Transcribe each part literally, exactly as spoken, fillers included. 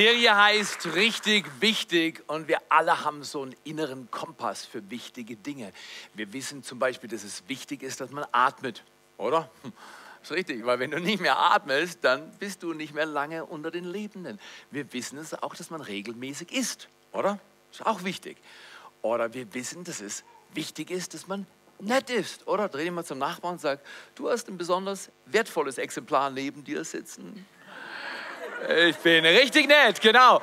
Serie heißt richtig wichtig und wir alle haben so einen inneren Kompass für wichtige Dinge. Wir wissen zum Beispiel, dass es wichtig ist, dass man atmet, oder? Das ist richtig, weil wenn du nicht mehr atmest, dann bist du nicht mehr lange unter den Lebenden. Wir wissen es auch, dass man regelmäßig isst, oder? Das ist auch wichtig. Oder wir wissen, dass es wichtig ist, dass man nett ist, oder? Dreh dich mal zum Nachbarn und sag, du hast ein besonders wertvolles Exemplar neben dir sitzen. Ich bin richtig nett, genau.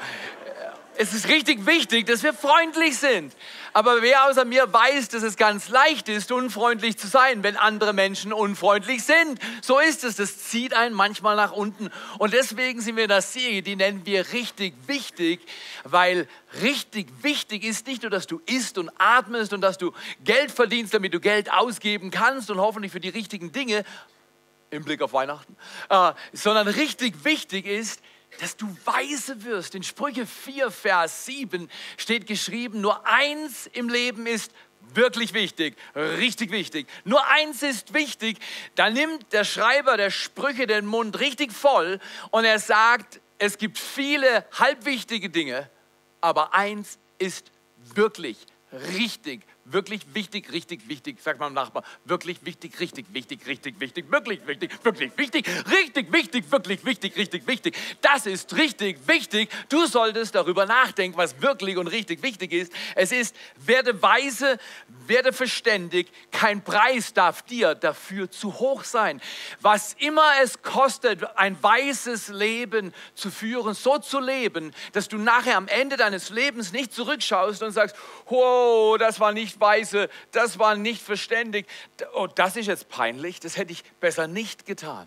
Es ist richtig wichtig, dass wir freundlich sind. Aber wer außer mir weiß, dass es ganz leicht ist, unfreundlich zu sein, wenn andere Menschen unfreundlich sind. So ist es. Das zieht einen manchmal nach unten. Und deswegen sind wir in der Serie, die nennen wir richtig wichtig, weil richtig wichtig ist nicht nur, dass du isst und atmest und dass du Geld verdienst, damit du Geld ausgeben kannst und hoffentlich für die richtigen Dinge, im Blick auf Weihnachten, äh, sondern richtig wichtig ist, dass du weise wirst. In Sprüche vier, Vers sieben steht geschrieben, nur eins im Leben ist wirklich wichtig, richtig wichtig. Nur eins ist wichtig, da nimmt der Schreiber der Sprüche den Mund richtig voll und er sagt, es gibt viele halbwichtige Dinge, aber eins ist wirklich richtig Wirklich wichtig, richtig wichtig, sagt man Nachbar, wirklich wichtig, richtig wichtig, richtig wichtig, wirklich wichtig, wirklich wichtig, richtig wichtig, wirklich wichtig, richtig wichtig. Das ist richtig wichtig. Du solltest darüber nachdenken, was wirklich und richtig wichtig ist. Es ist, werde weise, werde verständig, kein Preis darf dir dafür zu hoch sein. Was immer es kostet, ein weises Leben zu führen, so zu leben, dass du nachher am Ende deines Lebens nicht zurückschaust und sagst, wow, das war nicht weise, das war nicht verständig. Oh, das ist jetzt peinlich, das hätte ich besser nicht getan.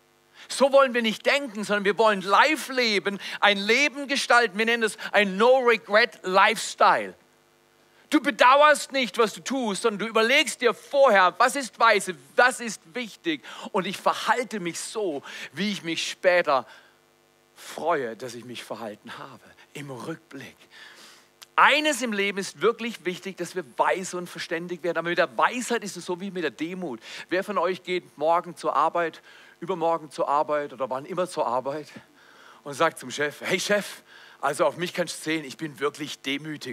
So wollen wir nicht denken, sondern wir wollen live leben, ein Leben gestalten. Wir nennen es ein No-Regret-Lifestyle. Du bedauerst nicht, was du tust, sondern du überlegst dir vorher, was ist weise, was ist wichtig. Und ich verhalte mich so, wie ich mich später freue, dass ich mich verhalten habe, im Rückblick. Eines im Leben ist wirklich wichtig, dass wir weise und verständig werden. Aber mit der Weisheit ist es so wie mit der Demut. Wer von euch geht morgen zur Arbeit, übermorgen zur Arbeit oder wann immer zur Arbeit und sagt zum Chef, hey Chef, also auf mich kannst du sehen, ich bin wirklich demütig.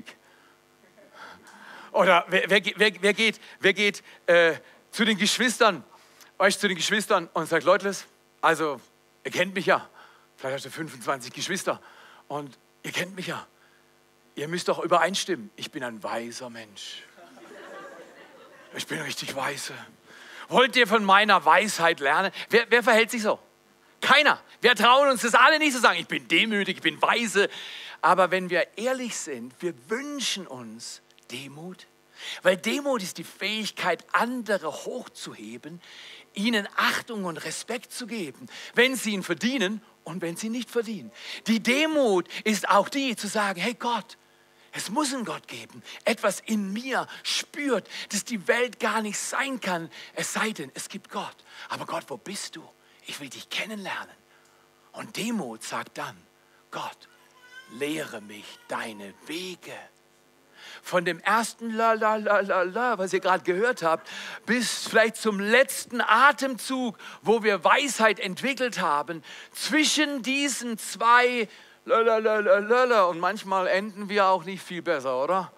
Oder wer, wer, wer, wer geht, wer geht äh, zu den Geschwistern, weißt, zu den Geschwistern und sagt, Leute, also ihr kennt mich ja, vielleicht hast du fünfundzwanzig Geschwister und ihr kennt mich ja. Ihr müsst doch übereinstimmen. Ich bin ein weiser Mensch. Ich bin richtig weise. Wollt ihr von meiner Weisheit lernen? Wer, wer verhält sich so? Keiner. Wir trauen uns das alle nicht zu sagen. Ich bin demütig, ich bin weise. Aber wenn wir ehrlich sind, wir wünschen uns Demut. Weil Demut ist die Fähigkeit, andere hochzuheben, ihnen Achtung und Respekt zu geben, wenn sie ihn verdienen und wenn sie nicht verdienen. Die Demut ist auch die, zu sagen, hey Gott, es muss einen Gott geben. Etwas in mir spürt, dass die Welt gar nicht sein kann, es sei denn, es gibt Gott. Aber Gott, wo bist du? Ich will dich kennenlernen. Und Demut sagt dann, Gott, lehre mich deine Wege. Von dem ersten La, La, La, La, La, was ihr gerade gehört habt, bis vielleicht zum letzten Atemzug, wo wir Weisheit entwickelt haben, zwischen diesen zwei La, La, La, La, La, La. Und manchmal enden wir auch nicht viel besser, oder?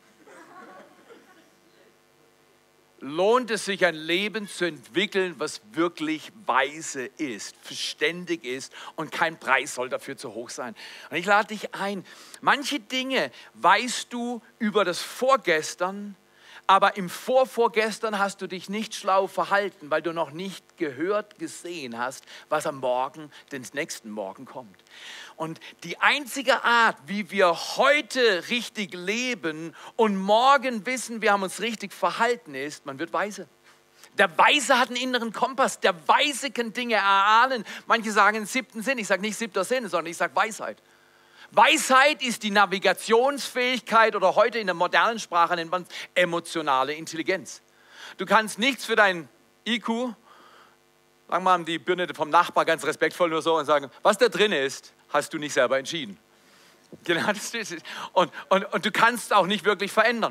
Lohnt es sich, ein Leben zu entwickeln, was wirklich weise ist, verständig ist und kein Preis soll dafür zu hoch sein. Und ich lade dich ein, manche Dinge weißt du über das Vorgestern, aber im Vorvorgestern hast du dich nicht schlau verhalten, weil du noch nicht gehört, gesehen hast, was am Morgen, den nächsten Morgen kommt. Und die einzige Art, wie wir heute richtig leben und morgen wissen, wir haben uns richtig verhalten, ist, man wird weise. Der Weise hat einen inneren Kompass. Der Weise kann Dinge erahnen. Manche sagen siebten Sinn. Ich sage nicht siebter Sinn, sondern ich sage Weisheit. Weisheit ist die Navigationsfähigkeit oder heute in der modernen Sprache nennt man es emotionale Intelligenz. Du kannst nichts für dein I Q, sagen wir mal die Birne vom Nachbar ganz respektvoll nur so und sagen, was da drin ist, hast du nicht selber entschieden. Genau, das ist es. Und, und, und du kannst auch nicht wirklich verändern.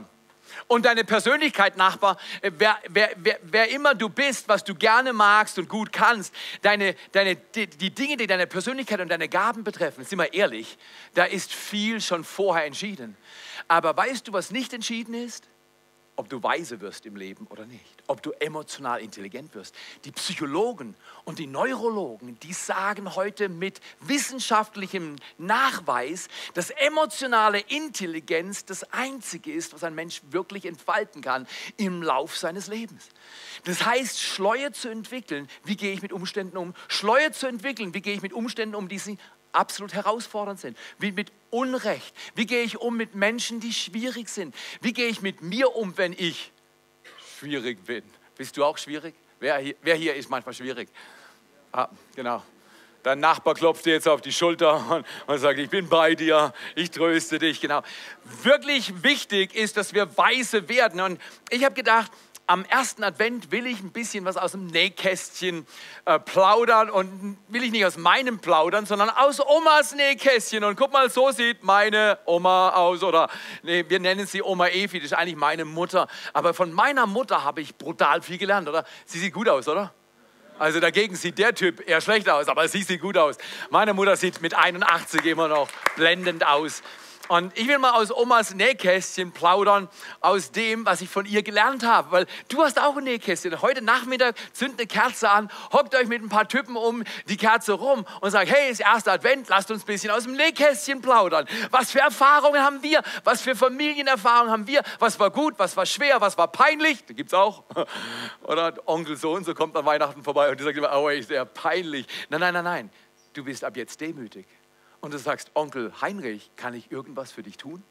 Und deine Persönlichkeit, Nachbar, wer, wer, wer, wer immer du bist, was du gerne magst und gut kannst, deine, deine, die, die Dinge, die deine Persönlichkeit und deine Gaben betreffen, sind wir ehrlich, da ist viel schon vorher entschieden. Aber weißt du, was nicht entschieden ist? Ob du weise wirst im Leben oder nicht. Ob du emotional intelligent wirst. Die Psychologen und die Neurologen, die sagen heute mit wissenschaftlichem Nachweis, dass emotionale Intelligenz das Einzige ist, was ein Mensch wirklich entfalten kann im Lauf seines Lebens. Das heißt, Schleue zu entwickeln, wie gehe ich mit Umständen um? Schleue zu entwickeln, wie gehe ich mit Umständen um, die sie absolut herausfordernd sind. Wie mit Unrecht. Wie gehe ich um mit Menschen, die schwierig sind? Wie gehe ich mit mir um, wenn ich schwierig bin? Bist du auch schwierig? Wer hier, wer hier ist manchmal schwierig? Ah, genau. Dein Nachbar klopft dir jetzt auf die Schulter und, und sagt, ich bin bei dir, ich tröste dich. Genau. Wirklich wichtig ist, dass wir weise werden. Und ich habe gedacht, am ersten Advent will ich ein bisschen was aus dem Nähkästchen äh, plaudern und will ich nicht aus meinem plaudern, sondern aus Omas Nähkästchen. Und guck mal, so sieht meine Oma aus. Oder nee, wir nennen sie Oma Evi, das ist eigentlich meine Mutter. Aber von meiner Mutter habe ich brutal viel gelernt, oder? Sie sieht gut aus, oder? Also dagegen sieht der Typ eher schlecht aus, aber sie sieht gut aus. Meine Mutter sieht mit einundachtzig immer noch blendend aus. Und ich will mal aus Omas Nähkästchen plaudern, aus dem, was ich von ihr gelernt habe. Weil du hast auch ein Nähkästchen. Heute Nachmittag zündet eine Kerze an, hockt euch mit ein paar Typen um die Kerze rum und sagt, hey, es ist erster Advent, lasst uns ein bisschen aus dem Nähkästchen plaudern. Was für Erfahrungen haben wir? Was für Familienerfahrungen haben wir? Was war gut, was war schwer, was war peinlich? Da gibt es auch. Oder Onkel so und so kommt an Weihnachten vorbei und die sagt immer, oh, ist sehr peinlich. Nein, nein, nein, nein. Du bist ab jetzt demütig. Und du sagst, Onkel Heinrich, kann ich irgendwas für dich tun?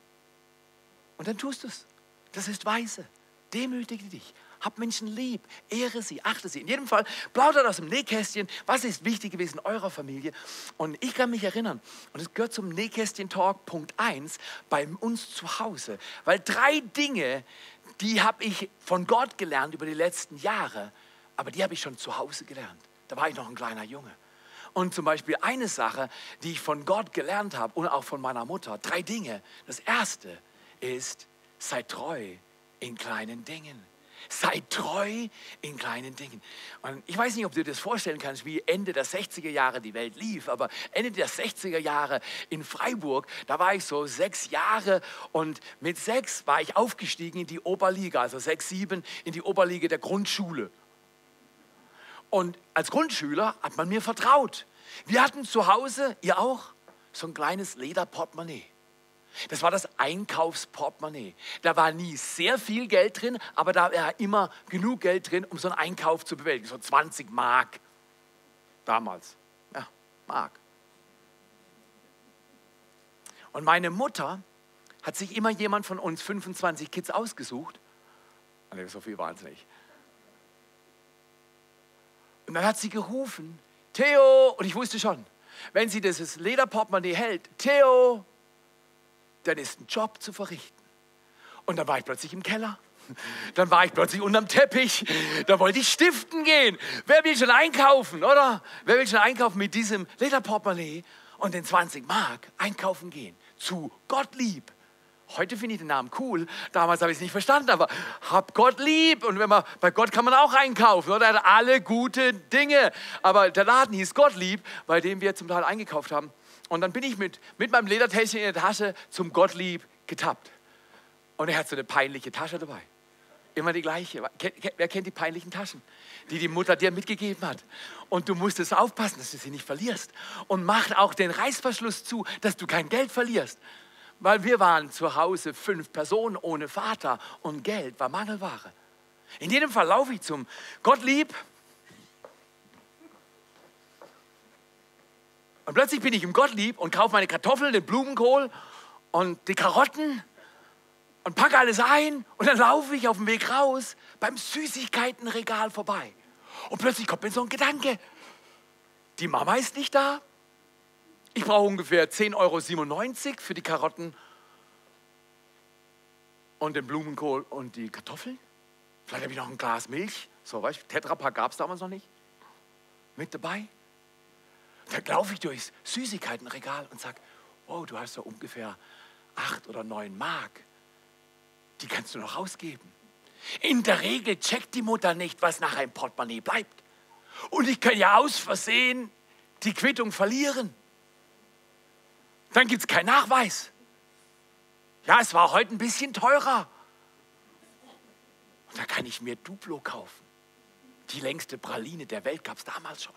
Und dann tust du es. Das ist weise. Demütige dich. Hab Menschen lieb. Ehre sie, achte sie. In jedem Fall plaudert aus dem Nähkästchen. Was ist wichtig gewesen in eurer Familie? Und ich kann mich erinnern, und es gehört zum Nähkästchen-Talk Punkt eins bei uns zu Hause. Weil drei Dinge, die habe ich von Gott gelernt über die letzten Jahre, aber die habe ich schon zu Hause gelernt. Da war ich noch ein kleiner Junge. Und zum Beispiel eine Sache, die ich von Gott gelernt habe und auch von meiner Mutter. Drei Dinge. Das erste ist, sei treu in kleinen Dingen. Sei treu in kleinen Dingen. Und ich weiß nicht, ob du dir das vorstellen kannst, wie Ende der sechziger Jahre die Welt lief, aber Ende der sechziger Jahre in Freiburg, da war ich so sechs Jahre und mit sechs war ich aufgestiegen in die Oberliga, also sechs, sieben in die Oberliga der Grundschule. Und als Grundschüler hat man mir vertraut. Wir hatten zu Hause, ihr auch, so ein kleines Lederportemonnaie. Das war das Einkaufsportemonnaie. Da war nie sehr viel Geld drin, aber da war immer genug Geld drin, um so einen Einkauf zu bewältigen. So zwanzig Mark damals. Ja, Mark. Und meine Mutter hat sich immer jemand von uns fünfundzwanzig Kids ausgesucht. Nee, so viel waren es nicht. Und dann hat sie gerufen, Theo, und ich wusste schon, wenn sie dieses Lederportemonnaie hält, Theo, dann ist ein Job zu verrichten. Und dann war ich plötzlich im Keller. Dann war ich plötzlich unterm Teppich. Da wollte ich stiften gehen. Wer will schon einkaufen, oder? Wer will schon einkaufen mit diesem Lederportemonnaie und den zwanzig Mark einkaufen gehen? Zu Gottlieb. Heute finde ich den Namen cool. Damals habe ich es nicht verstanden, aber hab Gott lieb. Und wenn man, bei Gott kann man auch einkaufen, oder? Er hat alle gute Dinge. Aber der Laden hieß Gottlieb, bei dem wir zum Teil eingekauft haben. Und dann bin ich mit, mit meinem Ledertäschchen in der Tasche zum Gottlieb getappt. Und er hat so eine peinliche Tasche dabei. Immer die gleiche. Wer kennt die peinlichen Taschen, die die Mutter dir mitgegeben hat? Und du musstest aufpassen, dass du sie nicht verlierst. Und mach auch den Reißverschluss zu, dass du kein Geld verlierst. Weil wir waren zu Hause fünf Personen ohne Vater und Geld war Mangelware. In jedem Fall laufe ich zum Gottlieb und plötzlich bin ich im Gottlieb und kaufe meine Kartoffeln, den Blumenkohl und die Karotten und packe alles ein und dann laufe ich auf dem Weg raus beim Süßigkeitenregal vorbei. Und plötzlich kommt mir so ein Gedanke, die Mama ist nicht da. Ich brauche ungefähr zehn Euro siebenundneunzig für die Karotten und den Blumenkohl und die Kartoffeln. Vielleicht habe ich noch ein Glas Milch. So, weißt du, Tetrapack gab es damals noch nicht. Mit dabei. Dann laufe ich durchs Süßigkeitenregal und sage, oh, du hast so ungefähr acht oder neun Mark. die kannst du noch ausgeben. In der Regel checkt die Mutter nicht, was nachher im Portemonnaie bleibt. Und ich kann ja aus Versehen die Quittung verlieren. Dann gibt es keinen Nachweis. Ja, es war heute ein bisschen teurer. Und da kann ich mir Duplo kaufen. Die längste Praline der Welt gab es damals schon.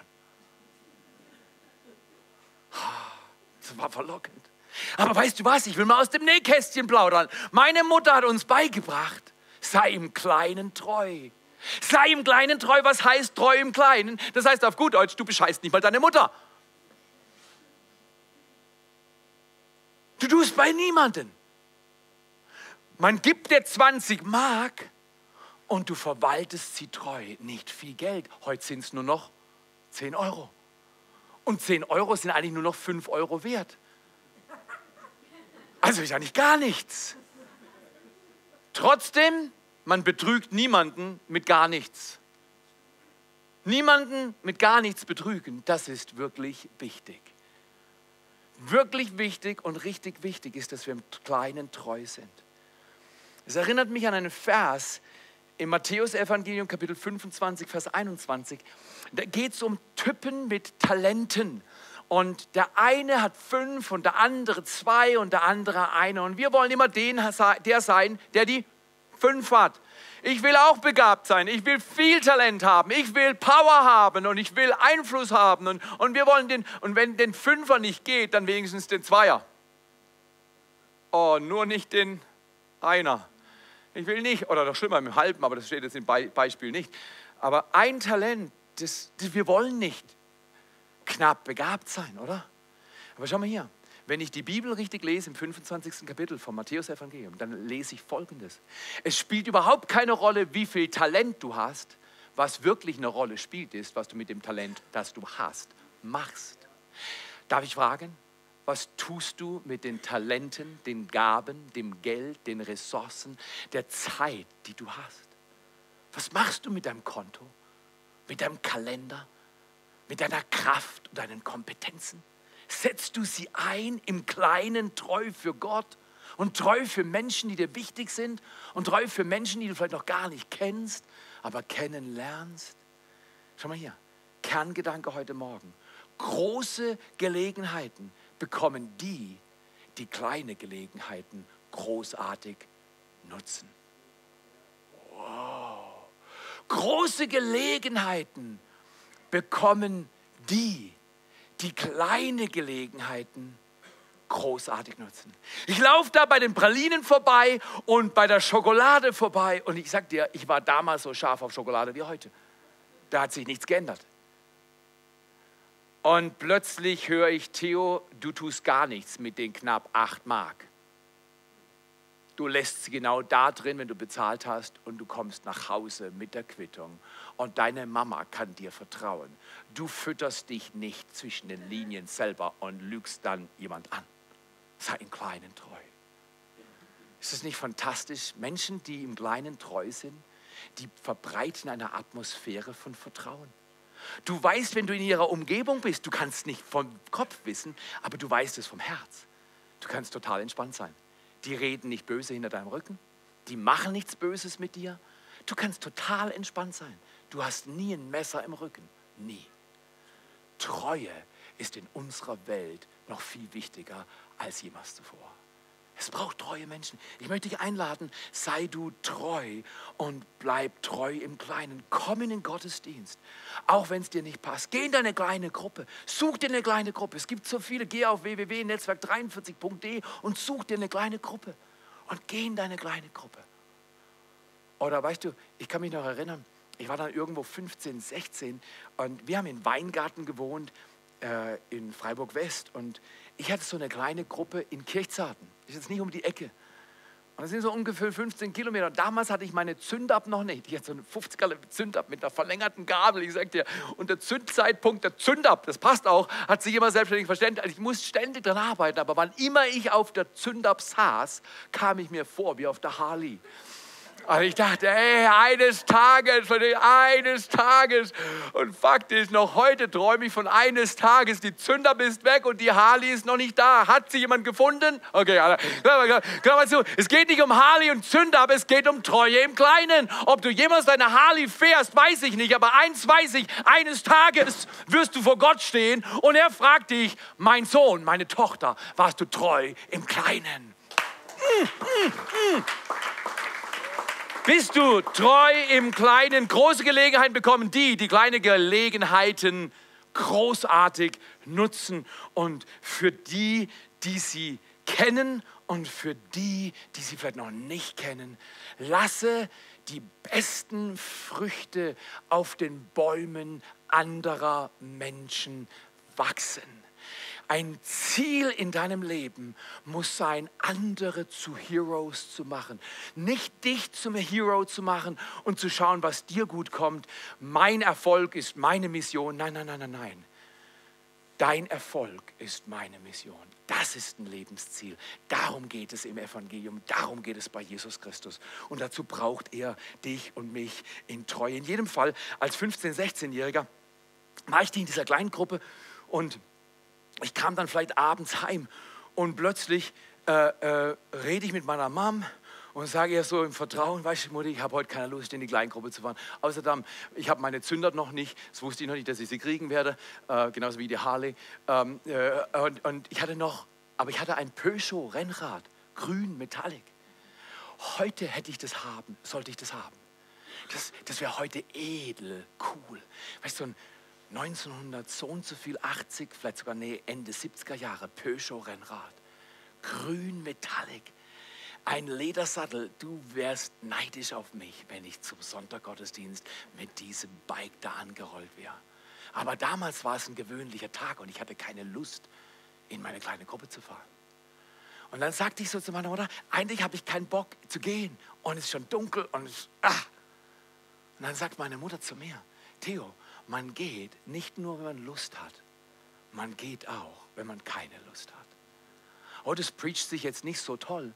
Das war verlockend. Aber weißt du was, ich will mal aus dem Nähkästchen plaudern. Meine Mutter hat uns beigebracht, sei im Kleinen treu. Sei im Kleinen treu, was heißt treu im Kleinen? Das heißt auf gut Deutsch, du bescheißt nicht mal deine Mutter. Du tust bei niemanden. Man gibt dir zwanzig Mark und du verwaltest sie treu. Nicht viel Geld. Heute sind es nur noch zehn Euro. Und zehn Euro sind eigentlich nur noch fünf Euro wert. Also ist ja nicht gar nichts. Trotzdem, man betrügt niemanden mit gar nichts. Niemanden mit gar nichts betrügen, das ist wirklich wichtig. Wirklich wichtig und richtig wichtig ist, dass wir im Kleinen treu sind. Es erinnert mich an einen Vers im Matthäus-Evangelium, Kapitel fünfundzwanzig, Vers einundzwanzig. Da geht es um Typen mit Talenten. Und der eine hat fünf und der andere zwei und der andere eine. Und wir wollen immer den, der sein, der die fünf hat. Ich will auch begabt sein. Ich will viel Talent haben. Ich will Power haben und ich will Einfluss haben. Und, und wir wollen den, und wenn den Fünfer nicht geht, dann wenigstens den Zweier. Oh, nur nicht den Einer. Ich will nicht, oder doch schlimmer im Halben, aber das steht jetzt im Be- Beispiel nicht. Aber ein Talent, das, das, wir wollen nicht knapp begabt sein, oder? Aber schau mal hier, wenn ich die Bibel richtig lese im fünfundzwanzigsten Kapitel vom Matthäus-Evangelium, dann lese ich Folgendes. Es spielt überhaupt keine Rolle, wie viel Talent du hast. Was wirklich eine Rolle spielt, ist, was du mit dem Talent, das du hast, machst. Darf ich fragen, was tust du mit den Talenten, den Gaben, dem Geld, den Ressourcen, der Zeit, die du hast? Was machst du mit deinem Konto, mit deinem Kalender, mit deiner Kraft und deinen Kompetenzen? Setzt du sie ein im Kleinen treu für Gott und treu für Menschen, die dir wichtig sind und treu für Menschen, die du vielleicht noch gar nicht kennst, aber kennenlernst? Schau mal hier, Kerngedanke heute Morgen. Große Gelegenheiten bekommen die, die kleine Gelegenheiten großartig nutzen. Wow. Große Gelegenheiten bekommen die, die kleine Gelegenheiten großartig nutzen. Ich laufe da bei den Pralinen vorbei und bei der Schokolade vorbei und ich sag dir, ich war damals so scharf auf Schokolade wie heute. Da hat sich nichts geändert. Und plötzlich höre ich, Theo, du tust gar nichts mit den knapp acht Mark. Du lässt sie genau da drin, wenn du bezahlt hast und du kommst nach Hause mit der Quittung. Und deine Mama kann dir vertrauen. Du fütterst dich nicht zwischen den Linien selber und lügst dann jemand an. Sei im Kleinen treu. Ist es nicht fantastisch? Menschen, die im Kleinen treu sind, die verbreiten eine Atmosphäre von Vertrauen. Du weißt, wenn du in ihrer Umgebung bist, du kannst nicht vom Kopf wissen, aber du weißt es vom Herz. Du kannst total entspannt sein. Die reden nicht böse hinter deinem Rücken. Die machen nichts Böses mit dir. Du kannst total entspannt sein. Du hast nie ein Messer im Rücken. Nie. Treue ist in unserer Welt noch viel wichtiger als jemals zuvor. Es braucht treue Menschen. Ich möchte dich einladen, sei du treu und bleib treu im Kleinen. Komm in den Gottesdienst, auch wenn es dir nicht passt. Geh in deine kleine Gruppe, such dir eine kleine Gruppe. Es gibt so viele, geh auf w w w punkt netzwerk dreiundvierzig punkt de und such dir eine kleine Gruppe. Und geh in deine kleine Gruppe. Oder weißt du, ich kann mich noch erinnern, ich war dann irgendwo fünfzehn, sechzehn und wir haben in Weingarten gewohnt, äh, in Freiburg West. Und ich hatte so eine kleine Gruppe in Kirchzarten. Ist jetzt nicht um die Ecke. Und das sind so ungefähr fünfzehn Kilometer. Damals hatte ich meine Zündab noch nicht. Ich hatte so eine fünfziger Zündab mit einer verlängerten Gabel. Ich sag dir, und der Zündzeitpunkt, der Zündab, das passt auch, hat sich immer selbstständig verständigt. Also ich muss ständig daran arbeiten. Aber wann immer ich auf der Zündab saß, kam ich mir vor wie auf der Harley. Und ich dachte, ey, eines Tages, eines Tages. Und Fakt ist, noch heute träume ich von eines Tages, die Zünder bist weg und die Harley ist noch nicht da. Hat sie jemand gefunden? Okay, also, klar mal zu. Es geht nicht um Harley und Zünder, aber es geht um Treue im Kleinen. Ob du jemals deine Harley fährst, weiß ich nicht. Aber eins weiß ich, eines Tages wirst du vor Gott stehen und er fragt dich, mein Sohn, meine Tochter, warst du treu im Kleinen? Mm, mm, mm. Bist du treu im Kleinen? Große Gelegenheiten bekommen die, die kleine Gelegenheiten großartig nutzen. Und für die, die sie kennen und für die, die sie vielleicht noch nicht kennen, lasse die besten Früchte auf den Bäumen anderer Menschen wachsen. Ein Ziel in deinem Leben muss sein, andere zu Heroes zu machen. Nicht dich zum Hero zu machen und zu schauen, was dir gut kommt. Mein Erfolg ist meine Mission. Nein, nein, nein, nein, nein. Dein Erfolg ist meine Mission. Das ist ein Lebensziel. Darum geht es im Evangelium. Darum geht es bei Jesus Christus. Und dazu braucht er dich und mich in Treue. In jedem Fall, als fünfzehn-, sechzehnjähriger war ich in dieser kleinen Gruppe und ich kam dann vielleicht abends heim und plötzlich äh, äh, rede ich mit meiner Mom und sage ihr so im Vertrauen, weißt du, Mutti, ich habe heute keine Lust, in die Kleingruppe zu fahren. Außerdem, ich habe meine Zünder noch nicht, das wusste ich noch nicht, dass ich sie kriegen werde, äh, genauso wie die Harley. Ähm, äh, und, und ich hatte noch, aber ich hatte ein Peugeot-Rennrad, grün, Metallic. Heute hätte ich das haben, sollte ich das haben. Das, das wäre heute edel, cool. Weißt du, so ein neunzehnhundert, so und so viel, achtzig, vielleicht sogar nee, Ende siebziger Jahre, Peugeot-Rennrad. Grün, Metallic. Ein Ledersattel. Du wärst neidisch auf mich, wenn ich zum Sonntaggottesdienst mit diesem Bike da angerollt wäre. Aber damals war es ein gewöhnlicher Tag und ich hatte keine Lust, in meine kleine Gruppe zu fahren. Und dann sagte ich so zu meiner Mutter, eigentlich habe ich keinen Bock zu gehen. Und es ist schon dunkel und es, ah. Und dann sagt meine Mutter zu mir, Theo, man geht nicht nur, wenn man Lust hat, man geht auch, wenn man keine Lust hat. Oh, das preacht sich jetzt nicht so toll,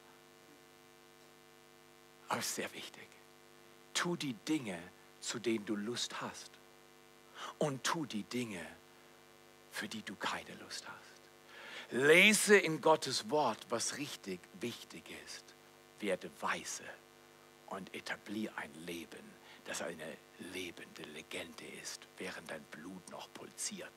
aber es ist sehr wichtig. Tu die Dinge, zu denen du Lust hast und tu die Dinge, für die du keine Lust hast. Lese in Gottes Wort, was richtig wichtig ist. Werde weise und etabliere ein Leben, das eine lebende Legende ist, während dein Blut noch pulsiert.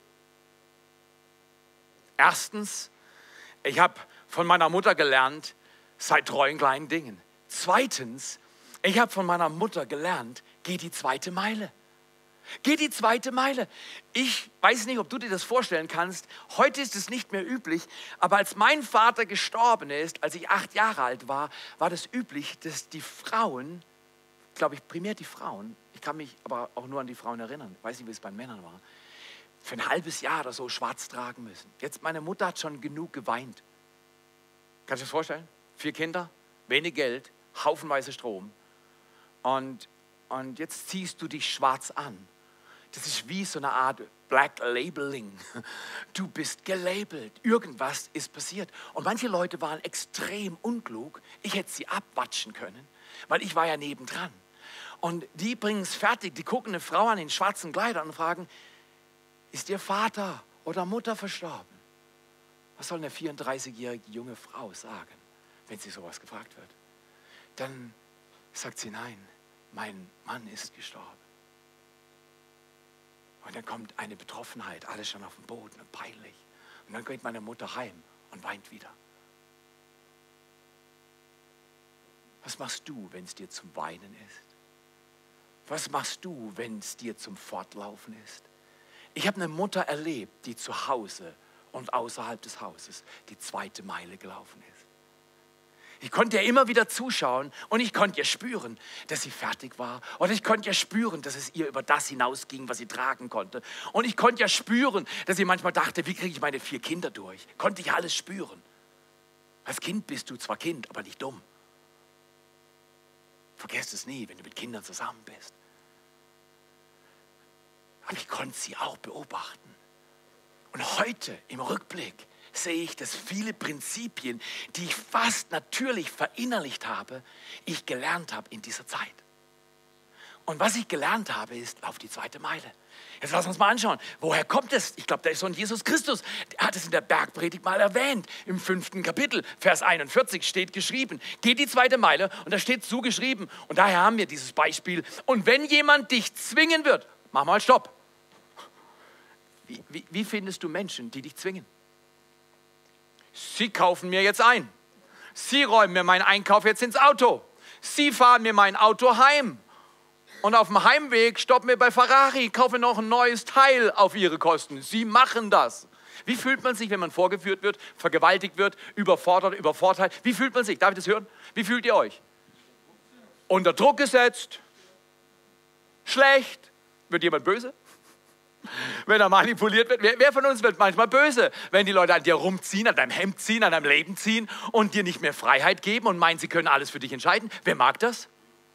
Erstens, ich habe von meiner Mutter gelernt, sei treu in kleinen Dingen. Zweitens, ich habe von meiner Mutter gelernt, geh die zweite Meile. Geh die zweite Meile. Ich weiß nicht, ob du dir das vorstellen kannst. Heute ist es nicht mehr üblich, aber als mein Vater gestorben ist, als ich acht Jahre alt war, war das üblich, dass die Frauen, glaube ich, primär die Frauen, ich kann mich aber auch nur an die Frauen erinnern, ich weiß nicht, wie es bei Männern war, für ein halbes Jahr oder so schwarz tragen müssen. Jetzt, meine Mutter hat schon genug geweint. Kannst du dir das vorstellen? Vier Kinder, wenig Geld, haufenweise Strom. Und, und jetzt ziehst du dich schwarz an. Das ist wie so eine Art Black Labeling. Du bist gelabelt. Irgendwas ist passiert. Und manche Leute waren extrem unklug. Ich hätte sie abwatschen können, weil ich war ja nebendran. Und die bringen es fertig. Die gucken eine Frau an in schwarzen Kleidern und fragen, ist ihr Vater oder Mutter verstorben? Was soll eine vierunddreißigjährige junge Frau sagen, wenn sie sowas gefragt wird? Dann sagt sie, nein, mein Mann ist gestorben. Und dann kommt eine Betroffenheit, alles schon auf dem Boden und peinlich. Und dann geht meine Mutter heim und weint wieder. Was machst du, wenn es dir zum Weinen ist? Was machst du, wenn es dir zum Fortlaufen ist? Ich habe eine Mutter erlebt, die zu Hause und außerhalb des Hauses die zweite Meile gelaufen ist. Ich konnte ihr immer wieder zuschauen und ich konnte ihr spüren, dass sie fertig war. Und ich konnte ihr spüren, dass es ihr über das hinausging, was sie tragen konnte. Und ich konnte ihr spüren, dass sie manchmal dachte, wie kriege ich meine vier Kinder durch? Konnte ich alles spüren. Als Kind bist du zwar Kind, aber nicht dumm. Vergesst es nie, wenn du mit Kindern zusammen bist. Aber ich konnte sie auch beobachten. Und heute im Rückblick sehe ich, dass viele Prinzipien, die ich fast natürlich verinnerlicht habe, ich gelernt habe in dieser Zeit. Und was ich gelernt habe, ist, lauf die zweite Meile. Jetzt lass uns mal anschauen, woher kommt es? Ich glaube, da ist so ein Jesus Christus. Er hat es in der Bergpredigt mal erwähnt. Im fünften Kapitel, Vers einundvierzig steht geschrieben, geht die zweite Meile und da steht zugeschrieben. Und daher haben wir dieses Beispiel. Und wenn jemand dich zwingen wird, mach mal Stopp. Wie, wie, wie findest du Menschen, die dich zwingen? Sie kaufen mir jetzt ein. Sie räumen mir meinen Einkauf jetzt ins Auto. Sie fahren mir mein Auto heim. Und auf dem Heimweg stoppen wir bei Ferrari, kaufen noch ein neues Teil auf ihre Kosten. Sie machen das. Wie fühlt man sich, wenn man vorgeführt wird, vergewaltigt wird, überfordert, übervorteilt? Wie fühlt man sich? Darf ich das hören? Wie fühlt ihr euch? Unter Druck gesetzt? Schlecht? Wird jemand böse? Wenn er manipuliert wird? Wer, wer von uns wird manchmal böse, wenn die Leute an dir rumziehen, an deinem Hemd ziehen, an deinem Leben ziehen und dir nicht mehr Freiheit geben und meinen, sie können alles für dich entscheiden? Wer mag das?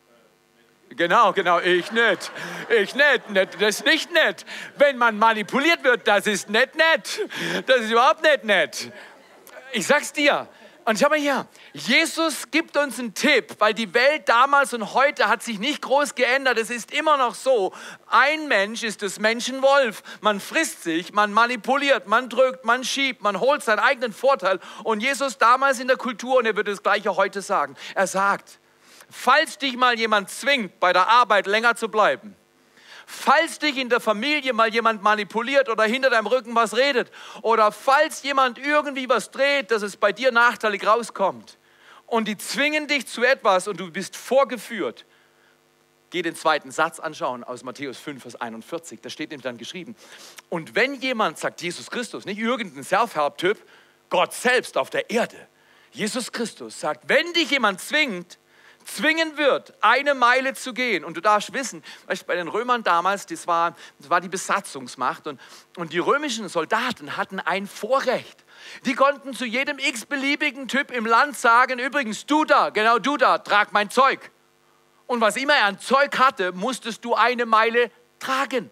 Genau, genau, ich nicht. Ich nicht, nicht, das ist nicht nett. Wenn man manipuliert wird, das ist nicht nett. Das ist überhaupt nicht nett. Ich sag's dir. Und schau mal hier, Jesus gibt uns einen Tipp, weil die Welt damals und heute hat sich nicht groß geändert. Es ist immer noch so, ein Mensch ist des Menschen Wolf. Man frisst sich, man manipuliert, man drückt, man schiebt, man holt seinen eigenen Vorteil. Und Jesus damals in der Kultur, und er wird das Gleiche heute sagen, er sagt, falls dich mal jemand zwingt, bei der Arbeit länger zu bleiben, falls dich in der Familie mal jemand manipuliert oder hinter deinem Rücken was redet oder falls jemand irgendwie was dreht, dass es bei dir nachteilig rauskommt und die zwingen dich zu etwas und du bist vorgeführt, geh den zweiten Satz anschauen aus Matthäus fünf, Vers einundvierzig, da steht nämlich dann geschrieben, und wenn jemand, sagt Jesus Christus, nicht irgendein Self-Help-Typ, Gott selbst auf der Erde, Jesus Christus sagt, wenn dich jemand zwingt, zwingen wird, eine Meile zu gehen. Und du darfst wissen, weißt, bei den Römern damals, das war, das war die Besatzungsmacht und, und die römischen Soldaten hatten ein Vorrecht. Die konnten zu jedem x-beliebigen Typ im Land sagen, übrigens du da, genau du da, trag mein Zeug. Und was immer er an Zeug hatte, musstest du eine Meile tragen.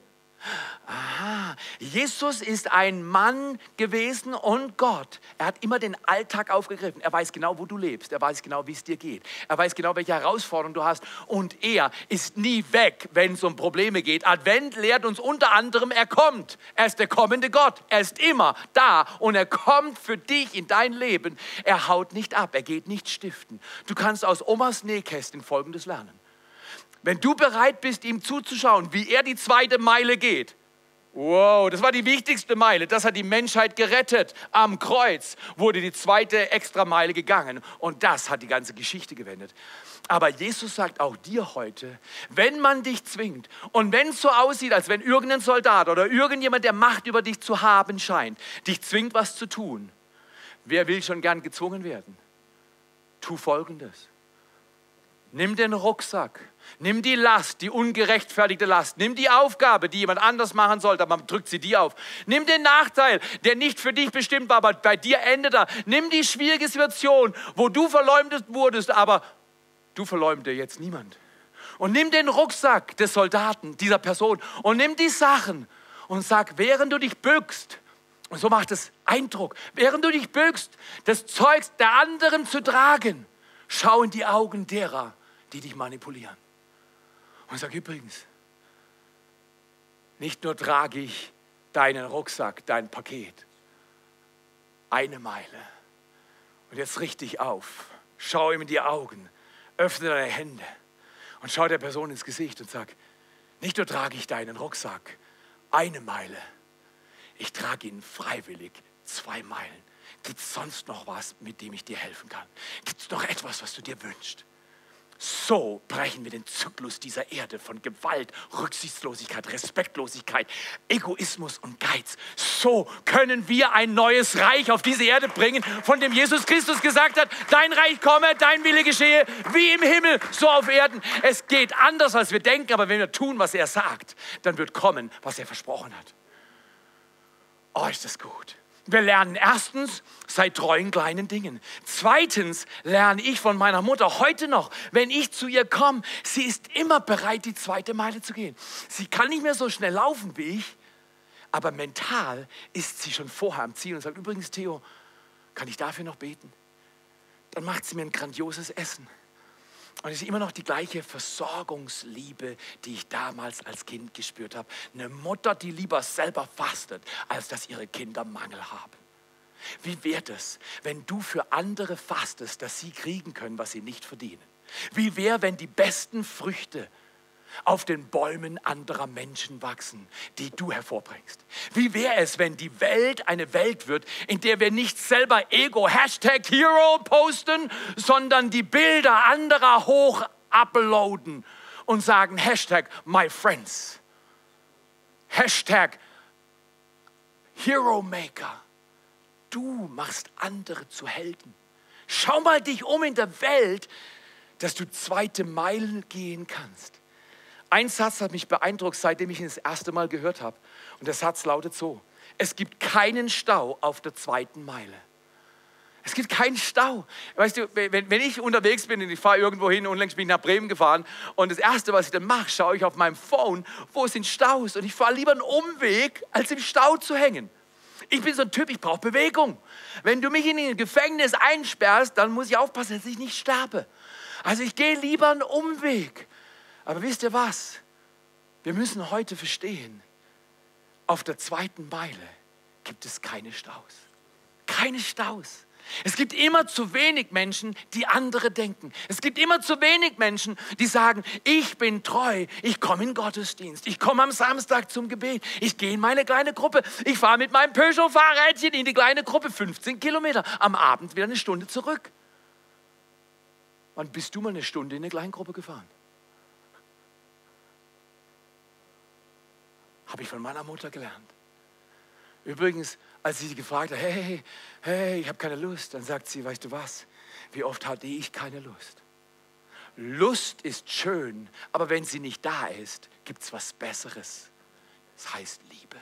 Aha, Jesus ist ein Mann gewesen und Gott. Er hat immer den Alltag aufgegriffen. Er weiß genau, wo du lebst. Er weiß genau, wie es dir geht. Er weiß genau, welche Herausforderungen du hast. Und er ist nie weg, wenn es um Probleme geht. Advent lehrt uns unter anderem, er kommt. Er ist der kommende Gott. Er ist immer da und er kommt für dich in dein Leben. Er haut nicht ab, er geht nicht stiften. Du kannst aus Omas Nähkästchen Folgendes lernen. Wenn du bereit bist, ihm zuzuschauen, wie er die zweite Meile geht, wow, das war die wichtigste Meile, das hat die Menschheit gerettet. Am Kreuz wurde die zweite Extrameile gegangen und das hat die ganze Geschichte gewendet. Aber Jesus sagt auch dir heute, wenn man dich zwingt und wenn es so aussieht, als wenn irgendein Soldat oder irgendjemand, der Macht über dich zu haben scheint, dich zwingt, was zu tun, wer will schon gern gezwungen werden? Tu Folgendes. Nimm den Rucksack, nimm die Last, die ungerechtfertigte Last, nimm die Aufgabe, die jemand anders machen sollte, aber man drückt sie dir auf. Nimm den Nachteil, der nicht für dich bestimmt war, aber bei dir endet er. Nimm die schwierige Situation, wo du verleumdet wurdest, aber du verleumde jetzt niemand. Und nimm den Rucksack des Soldaten, dieser Person und nimm die Sachen und sag, während du dich bückst, und so macht es Eindruck, während du dich bückst, das Zeug der anderen zu tragen, schau in die Augen derer, die dich manipulieren. Und sag übrigens, nicht nur trage ich deinen Rucksack, dein Paket, eine Meile. Und jetzt richte dich auf, schau ihm in die Augen, öffne deine Hände und schau der Person ins Gesicht und sag, nicht nur trage ich deinen Rucksack, eine Meile, ich trage ihn freiwillig zwei Meilen. Gibt es sonst noch was, mit dem ich dir helfen kann? Gibt es noch etwas, was du dir wünschst? So brechen wir den Zyklus dieser Erde von Gewalt, Rücksichtslosigkeit, Respektlosigkeit, Egoismus und Geiz. So können wir ein neues Reich auf diese Erde bringen, von dem Jesus Christus gesagt hat, dein Reich komme, dein Wille geschehe, wie im Himmel, so auf Erden. Es geht anders, als wir denken, aber wenn wir tun, was er sagt, dann wird kommen, was er versprochen hat. Oh, ist das gut. Wir lernen erstens, sei treu in kleinen Dingen. Zweitens lerne ich von meiner Mutter heute noch, wenn ich zu ihr komme, sie ist immer bereit, die zweite Meile zu gehen. Sie kann nicht mehr so schnell laufen wie ich, aber mental ist sie schon vorher am Ziel und sagt, übrigens Theo, Kann ich dafür noch beten? Dann macht sie mir ein grandioses Essen. Und es ist immer noch die gleiche Versorgungsliebe, die ich damals als Kind gespürt habe. Eine Mutter, die lieber selber fastet, als dass ihre Kinder Mangel haben. Wie wäre es, wenn du für andere fastest, dass sie kriegen können, was sie nicht verdienen? Wie wäre, wenn die besten Früchte auf den Bäumen anderer Menschen wachsen, die du hervorbringst? Wie wäre es, wenn die Welt eine Welt wird, in der wir nicht selber Ego, Hashtag Hero posten, sondern die Bilder anderer hoch uploaden und sagen Hashtag My Friends, Hashtag Hero Maker. Du machst andere zu Helden. Schau mal dich um in der Welt, dass du zweite Meilen gehen kannst. Ein Satz hat mich beeindruckt, seitdem ich ihn das erste Mal gehört habe. Und der Satz lautet so: Es gibt keinen Stau auf der zweiten Meile. Es gibt keinen Stau. Weißt du, wenn, wenn ich unterwegs bin und ich fahre irgendwo hin, unlängst bin ich nach Bremen gefahren und das Erste, was ich dann mache, schaue ich auf meinem Phone, wo sind Staus? Und ich fahre lieber einen Umweg, als im Stau zu hängen. Ich bin so ein Typ, ich brauche Bewegung. Wenn du mich in ein Gefängnis einsperrst, dann muss ich aufpassen, dass ich nicht sterbe. Also ich gehe lieber einen Umweg. Aber wisst ihr was? Wir müssen heute verstehen, auf der zweiten Meile gibt es keine Staus. Keine Staus. Es gibt immer zu wenig Menschen, die andere denken. Es gibt immer zu wenig Menschen, die sagen, ich bin treu, ich komme in den Gottesdienst, ich komme am Samstag zum Gebet, ich gehe in meine kleine Gruppe, ich fahre mit meinem Peugeot-Fahrrädchen in die kleine Gruppe, fünfzehn Kilometer, am Abend wieder eine Stunde zurück. Wann bist du mal eine Stunde in eine Kleingruppe gefahren? Habe ich von meiner Mutter gelernt. Übrigens, als sie gefragt hat, hey, hey, ich habe keine Lust, dann sagt sie, weißt du was, wie oft hatte ich keine Lust? Lust ist schön, aber wenn sie nicht da ist, gibt es was Besseres. Das heißt Liebe.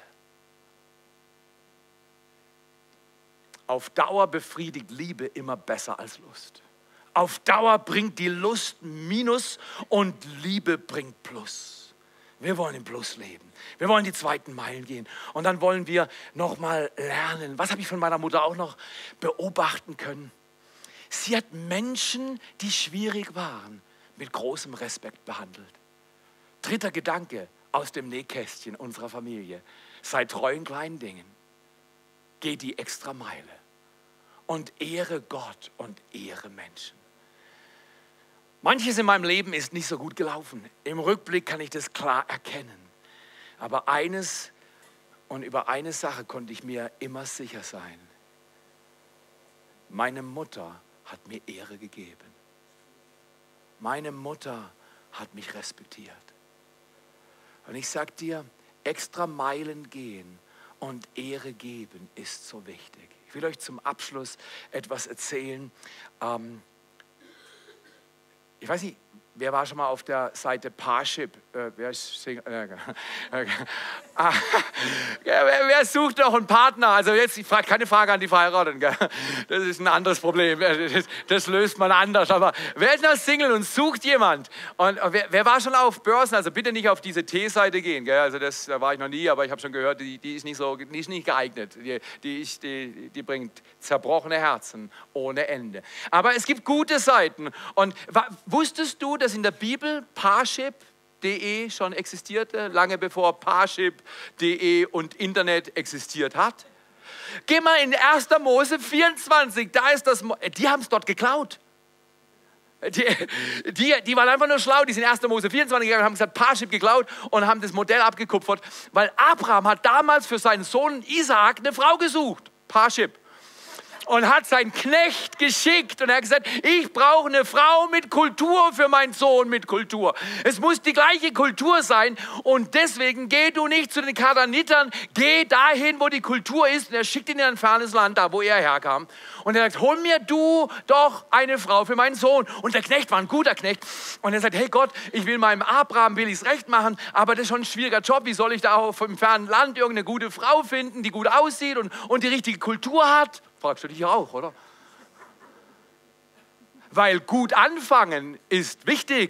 Auf Dauer befriedigt Liebe immer besser als Lust. Auf Dauer bringt die Lust Minus und Liebe bringt Plus. Wir wollen im Plus leben. Wir wollen die zweiten Meilen gehen. Und dann wollen wir nochmal lernen. Was habe ich von meiner Mutter auch noch beobachten können? Sie hat Menschen, die schwierig waren, mit großem Respekt behandelt. Dritter Gedanke aus dem Nähkästchen unserer Familie. Sei treu in kleinen Dingen. Geh die extra Meile. Und ehre Gott und ehre Menschen. Manches in meinem Leben ist nicht so gut gelaufen. Im Rückblick kann ich das klar erkennen. Aber eines und über eine Sache konnte ich mir immer sicher sein. Meine Mutter hat mir Ehre gegeben. Meine Mutter hat mich respektiert. Und ich sage dir, extra Meilen gehen und Ehre geben ist so wichtig. Ich will euch zum Abschluss etwas erzählen. Ähm, Ich weiß nicht, wer war schon mal auf der Seite Parship? Äh, wer, ist Sing äh, äh, ah, wer, wer sucht noch einen Partner? Also jetzt ich frage keine Frage an die Verheirateten. Gell? Das ist ein anderes Problem. Das, das löst man anders. Aber wer ist noch Single und sucht jemand? Und wer, wer war schon auf Börsen? Also bitte nicht auf diese T-Seite gehen. Gell? Also das, da war ich noch nie, aber ich habe schon gehört, die, die ist nicht so, die ist nicht geeignet. Die, die, ist, die, die bringt zerbrochene Herzen ohne Ende. Aber es gibt gute Seiten. Und wusstest du, dass in der Bibel Parship punkt de schon existierte, lange bevor Parship punkt de und Internet existiert hat? Geh mal in erster Mose vierundzwanzig, da ist das, die haben es dort geklaut. Die, die, die waren einfach nur schlau, die sind in erster Mose vierundzwanzig gegangen und haben gesagt, Parship geklaut und haben das Modell abgekupfert, weil Abraham hat damals für seinen Sohn Isaak eine Frau gesucht, Parship. Und hat seinen Knecht geschickt und er hat gesagt, ich brauche eine Frau mit Kultur für meinen Sohn mit Kultur. Es muss die gleiche Kultur sein und deswegen geh du nicht zu den Kanaanitern, geh dahin, wo die Kultur ist. Und er schickt ihn in ein fernes Land, da wo er herkam. Und er sagt, hol mir du doch eine Frau für meinen Sohn. Und der Knecht war ein guter Knecht. Und er sagt, hey Gott, ich will meinem Abraham, will ich es recht machen, aber das ist schon ein schwieriger Job. Wie soll ich da auf dem fernen Land irgendeine gute Frau finden, die gut aussieht und, und die richtige Kultur hat? Fragst du dich ja auch, oder? Weil gut anfangen ist wichtig.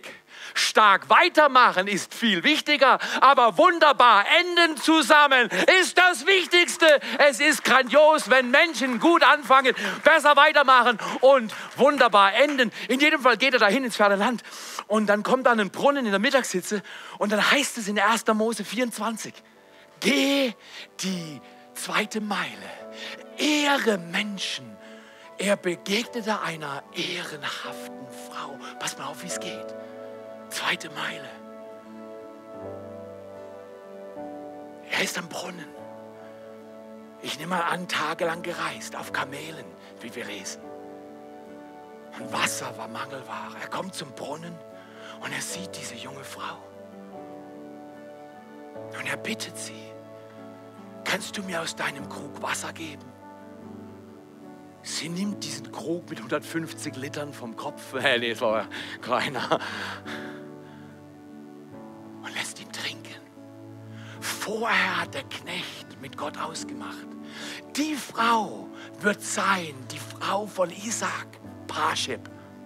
Stark weitermachen ist viel wichtiger, aber wunderbar enden zusammen ist das Wichtigste. Es ist grandios, wenn Menschen gut anfangen, besser weitermachen und wunderbar enden. In jedem Fall geht er dahin ins ferne Land und dann kommt an einen Brunnen in der Mittagshitze und dann heißt es in erster Mose vierundzwanzig, geh die zweite Meile, ehre Menschen. Er begegnete einer ehrenhaften Frau. Pass mal auf, wie es geht. Zweite Meile. Er ist am Brunnen. Ich nehme mal an, tagelang gereist, auf Kamelen, wie wir lesen. Und Wasser war Mangelware. Er kommt zum Brunnen und er sieht diese junge Frau. Und er bittet sie, kannst du mir aus deinem Krug Wasser geben? Sie nimmt diesen Krug mit hundertfünfzig Litern vom Kopf, äh, nee, das war ja keiner, und lässt ihn trinken. Vorher hat der Knecht mit Gott ausgemacht, die Frau wird sein, die Frau von Isaak, Parshib,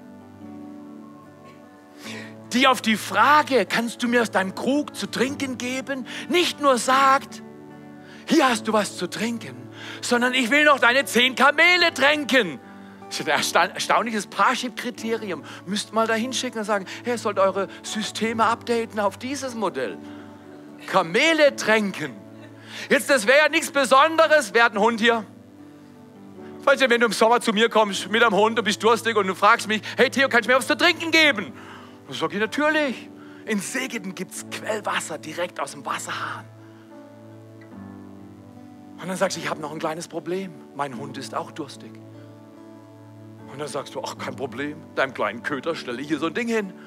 die auf die Frage, kannst du mir aus deinem Krug zu trinken geben, nicht nur sagt, hier hast du was zu trinken, sondern ich will noch deine zehn Kamele tränken. Das ist ein erstaunliches Parshib-Kriterium. Müsst mal da hinschicken und sagen, hey, ihr sollt eure Systeme updaten auf dieses Modell. Kamele tränken. Jetzt, das wäre ja nichts Besonderes. Wer hat einen Hund hier? Weißt du, wenn du im Sommer zu mir kommst mit einem Hund und bist durstig und du fragst mich, hey Theo, kannst du mir was zu trinken geben? Dann sage ich, natürlich. In Segeden gibt es Quellwasser direkt aus dem Wasserhahn. Und dann sagst du, ich habe noch ein kleines Problem. Mein Hund ist auch durstig. Und dann sagst du, ach, kein Problem. Deinem kleinen Köter stelle ich hier so ein Ding hin.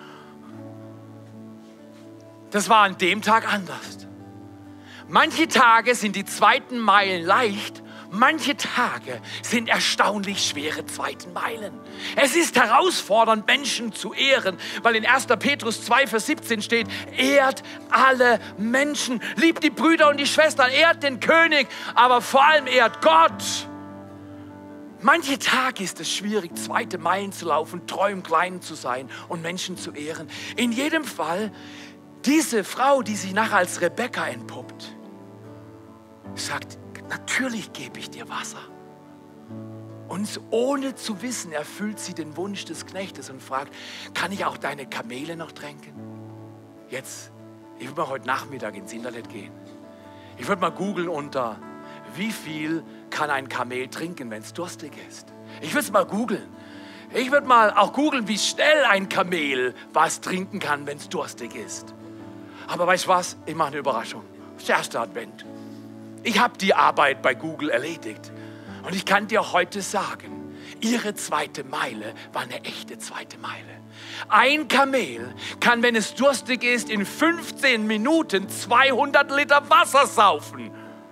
Das war an dem Tag anders. Manche Tage sind die zweiten Meilen leicht. Manche Tage sind erstaunlich schwere zweiten Meilen. Es ist herausfordernd, Menschen zu ehren, weil in erster Petrus zwei, Vers siebzehn steht, ehrt alle Menschen, liebt die Brüder und die Schwestern, ehrt den König, aber vor allem ehrt Gott. Manche Tage ist es schwierig, zweite Meilen zu laufen, treu im Kleinen zu sein und Menschen zu ehren. In jedem Fall, diese Frau, die sich nachher als Rebekka entpuppt, sagt, natürlich gebe ich dir Wasser. Und ohne zu wissen, erfüllt sie den Wunsch des Knechtes und fragt, kann ich auch deine Kamele noch tränken? Jetzt, ich würde mal heute Nachmittag ins Internet gehen. Ich würde mal googeln unter, wie viel kann ein Kamel trinken, wenn es durstig ist? Ich würde es mal googeln. Ich würde mal auch googeln, wie schnell ein Kamel was trinken kann, wenn es durstig ist. Aber weißt du was? Ich mache eine Überraschung. Das ist der erste Advent. Ich habe die Arbeit bei Google erledigt und ich kann dir heute sagen, ihre zweite Meile war eine echte zweite Meile. Ein Kamel kann, wenn es durstig ist, in fünfzehn Minuten zweihundert Liter Wasser saufen.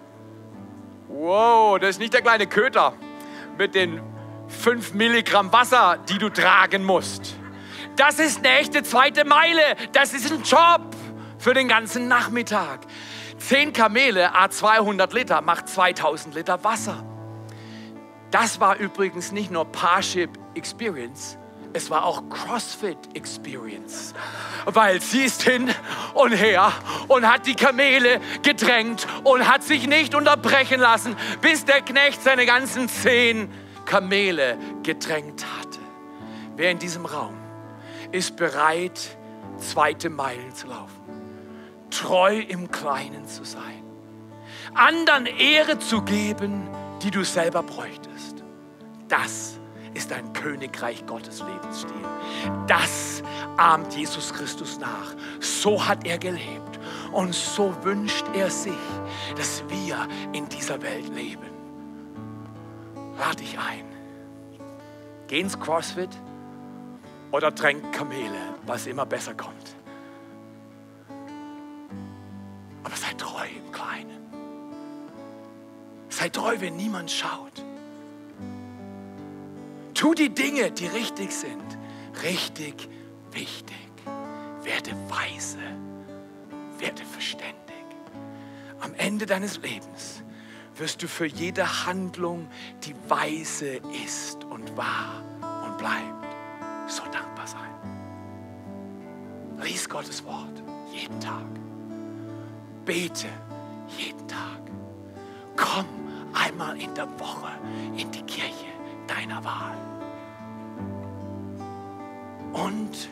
Wow, das ist nicht der kleine Köter mit den fünf Milligramm Wasser, die du tragen musst. Das ist eine echte zweite Meile. Das ist ein Job für den ganzen Nachmittag. Zehn Kamele, a zweihundert Liter, macht zweitausend Liter Wasser. Das war übrigens nicht nur Parshib Experience, es war auch CrossFit Experience. Weil sie ist hin und her und hat die Kamele gedrängt und hat sich nicht unterbrechen lassen, bis der Knecht seine ganzen zehn Kamele gedrängt hatte. Wer in diesem Raum ist bereit, zweite Meilen zu laufen? Treu im Kleinen zu sein, anderen Ehre zu geben, die du selber bräuchtest. Das ist ein Königreich Gottes Lebensstil. Das ahmt Jesus Christus nach. So hat er gelebt und so wünscht er sich, dass wir in dieser Welt leben. Lade dich ein. Geh ins CrossFit oder tränk Kamele, was immer besser kommt. Aber sei treu im Kleinen. Sei treu, wenn niemand schaut. Tu die Dinge, die richtig sind, richtig wichtig. Werde weise, werde verständig. Am Ende deines Lebens wirst du für jede Handlung, die weise ist und wahr und bleibt, so dankbar sein. Lies Gottes Wort jeden Tag. Bete jeden Tag. Komm einmal in der Woche in die Kirche deiner Wahl. Und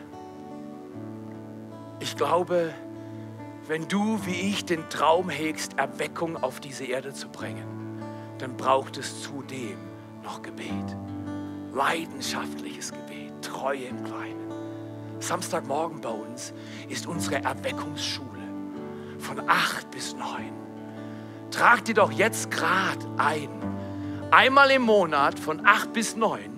ich glaube, wenn du wie ich den Traum hegst, Erweckung auf diese Erde zu bringen, dann braucht es zudem noch Gebet. Leidenschaftliches Gebet, Treue im Kleinen. Samstagmorgen bei uns ist unsere Erweckungsschule von acht bis neun. Trag dir doch jetzt gerade ein. Einmal im Monat von acht bis neun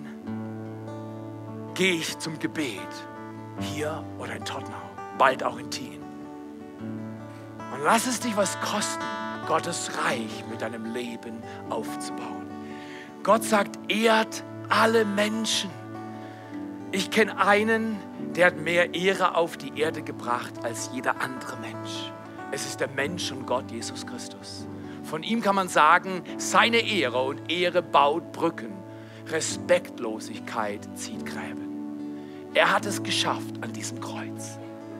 gehe ich zum Gebet. Hier oder in Tottenham, bald auch in Tien. Und lass es dich was kosten, Gottes Reich mit deinem Leben aufzubauen. Gott sagt, ehrt alle Menschen. Ich kenne einen, der hat mehr Ehre auf die Erde gebracht als jeder andere Mensch. Es ist der Mensch und Gott, Jesus Christus. Von ihm kann man sagen, seine Ehre und Ehre baut Brücken. Respektlosigkeit zieht Gräben. Er hat es geschafft an diesem Kreuz,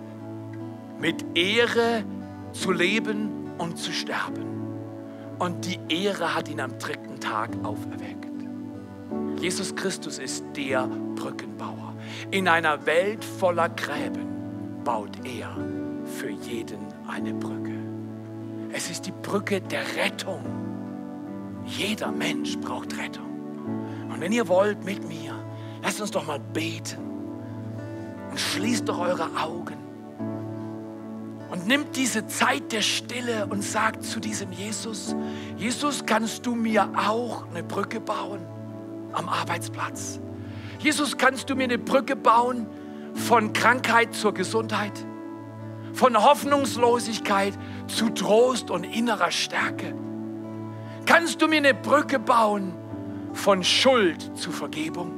mit Ehre zu leben und zu sterben. Und die Ehre hat ihn am dritten Tag auferweckt. Jesus Christus ist der Brückenbauer. In einer Welt voller Gräben baut er für jeden eine Brücke. Es ist die Brücke der Rettung. Jeder Mensch braucht Rettung. Und wenn ihr wollt mit mir, lasst uns doch mal beten. Und schließt doch eure Augen. Und nimmt diese Zeit der Stille und sagt zu diesem Jesus, Jesus, kannst du mir auch eine Brücke bauen am Arbeitsplatz? Jesus, kannst du mir eine Brücke bauen von Krankheit zur Gesundheit? Von Hoffnungslosigkeit zu Trost und innerer Stärke? Kannst du mir eine Brücke bauen von Schuld zu Vergebung?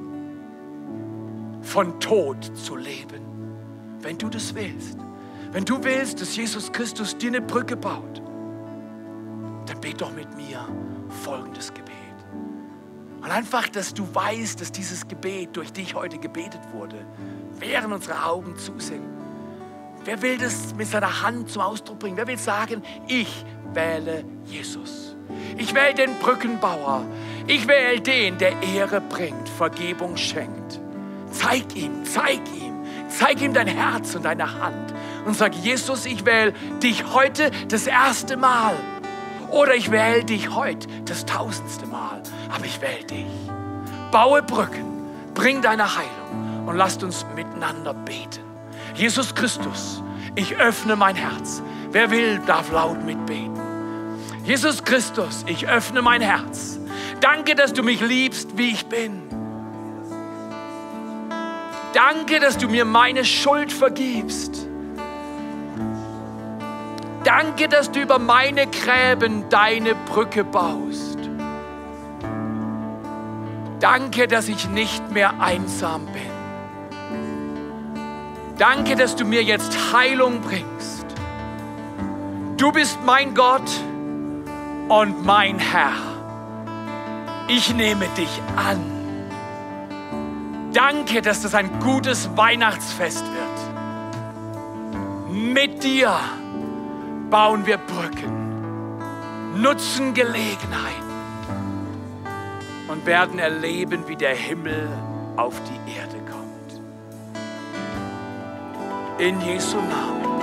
Von Tod zu leben? Wenn du das willst, wenn du willst, dass Jesus Christus dir eine Brücke baut, dann bet doch mit mir folgendes Gebet. Und einfach, dass du weißt, dass dieses Gebet durch dich heute gebetet wurde, während unsere Augen zu sind. Wer will das mit seiner Hand zum Ausdruck bringen? Wer will sagen, ich wähle Jesus. Ich wähle den Brückenbauer. Ich wähle den, der Ehre bringt, Vergebung schenkt. Zeig ihm, zeig ihm, zeig ihm dein Herz und deine Hand und sag, Jesus, ich wähle dich heute das erste Mal. Oder ich wähle dich heute das tausendste Mal. Aber ich wähle dich. Baue Brücken, bring deine Heilung und lasst uns miteinander beten. Jesus Christus, ich öffne mein Herz. Wer will, darf laut mitbeten. Jesus Christus, ich öffne mein Herz. Danke, dass du mich liebst, wie ich bin. Danke, dass du mir meine Schuld vergibst. Danke, dass du über meine Gräben deine Brücke baust. Danke, dass ich nicht mehr einsam bin. Danke, dass du mir jetzt Heilung bringst. Du bist mein Gott und mein Herr. Ich nehme dich an. Danke, dass das ein gutes Weihnachtsfest wird. Mit dir bauen wir Brücken, nutzen Gelegenheiten und werden erleben, wie der Himmel auf die Erde kommt. In Jesu Namen.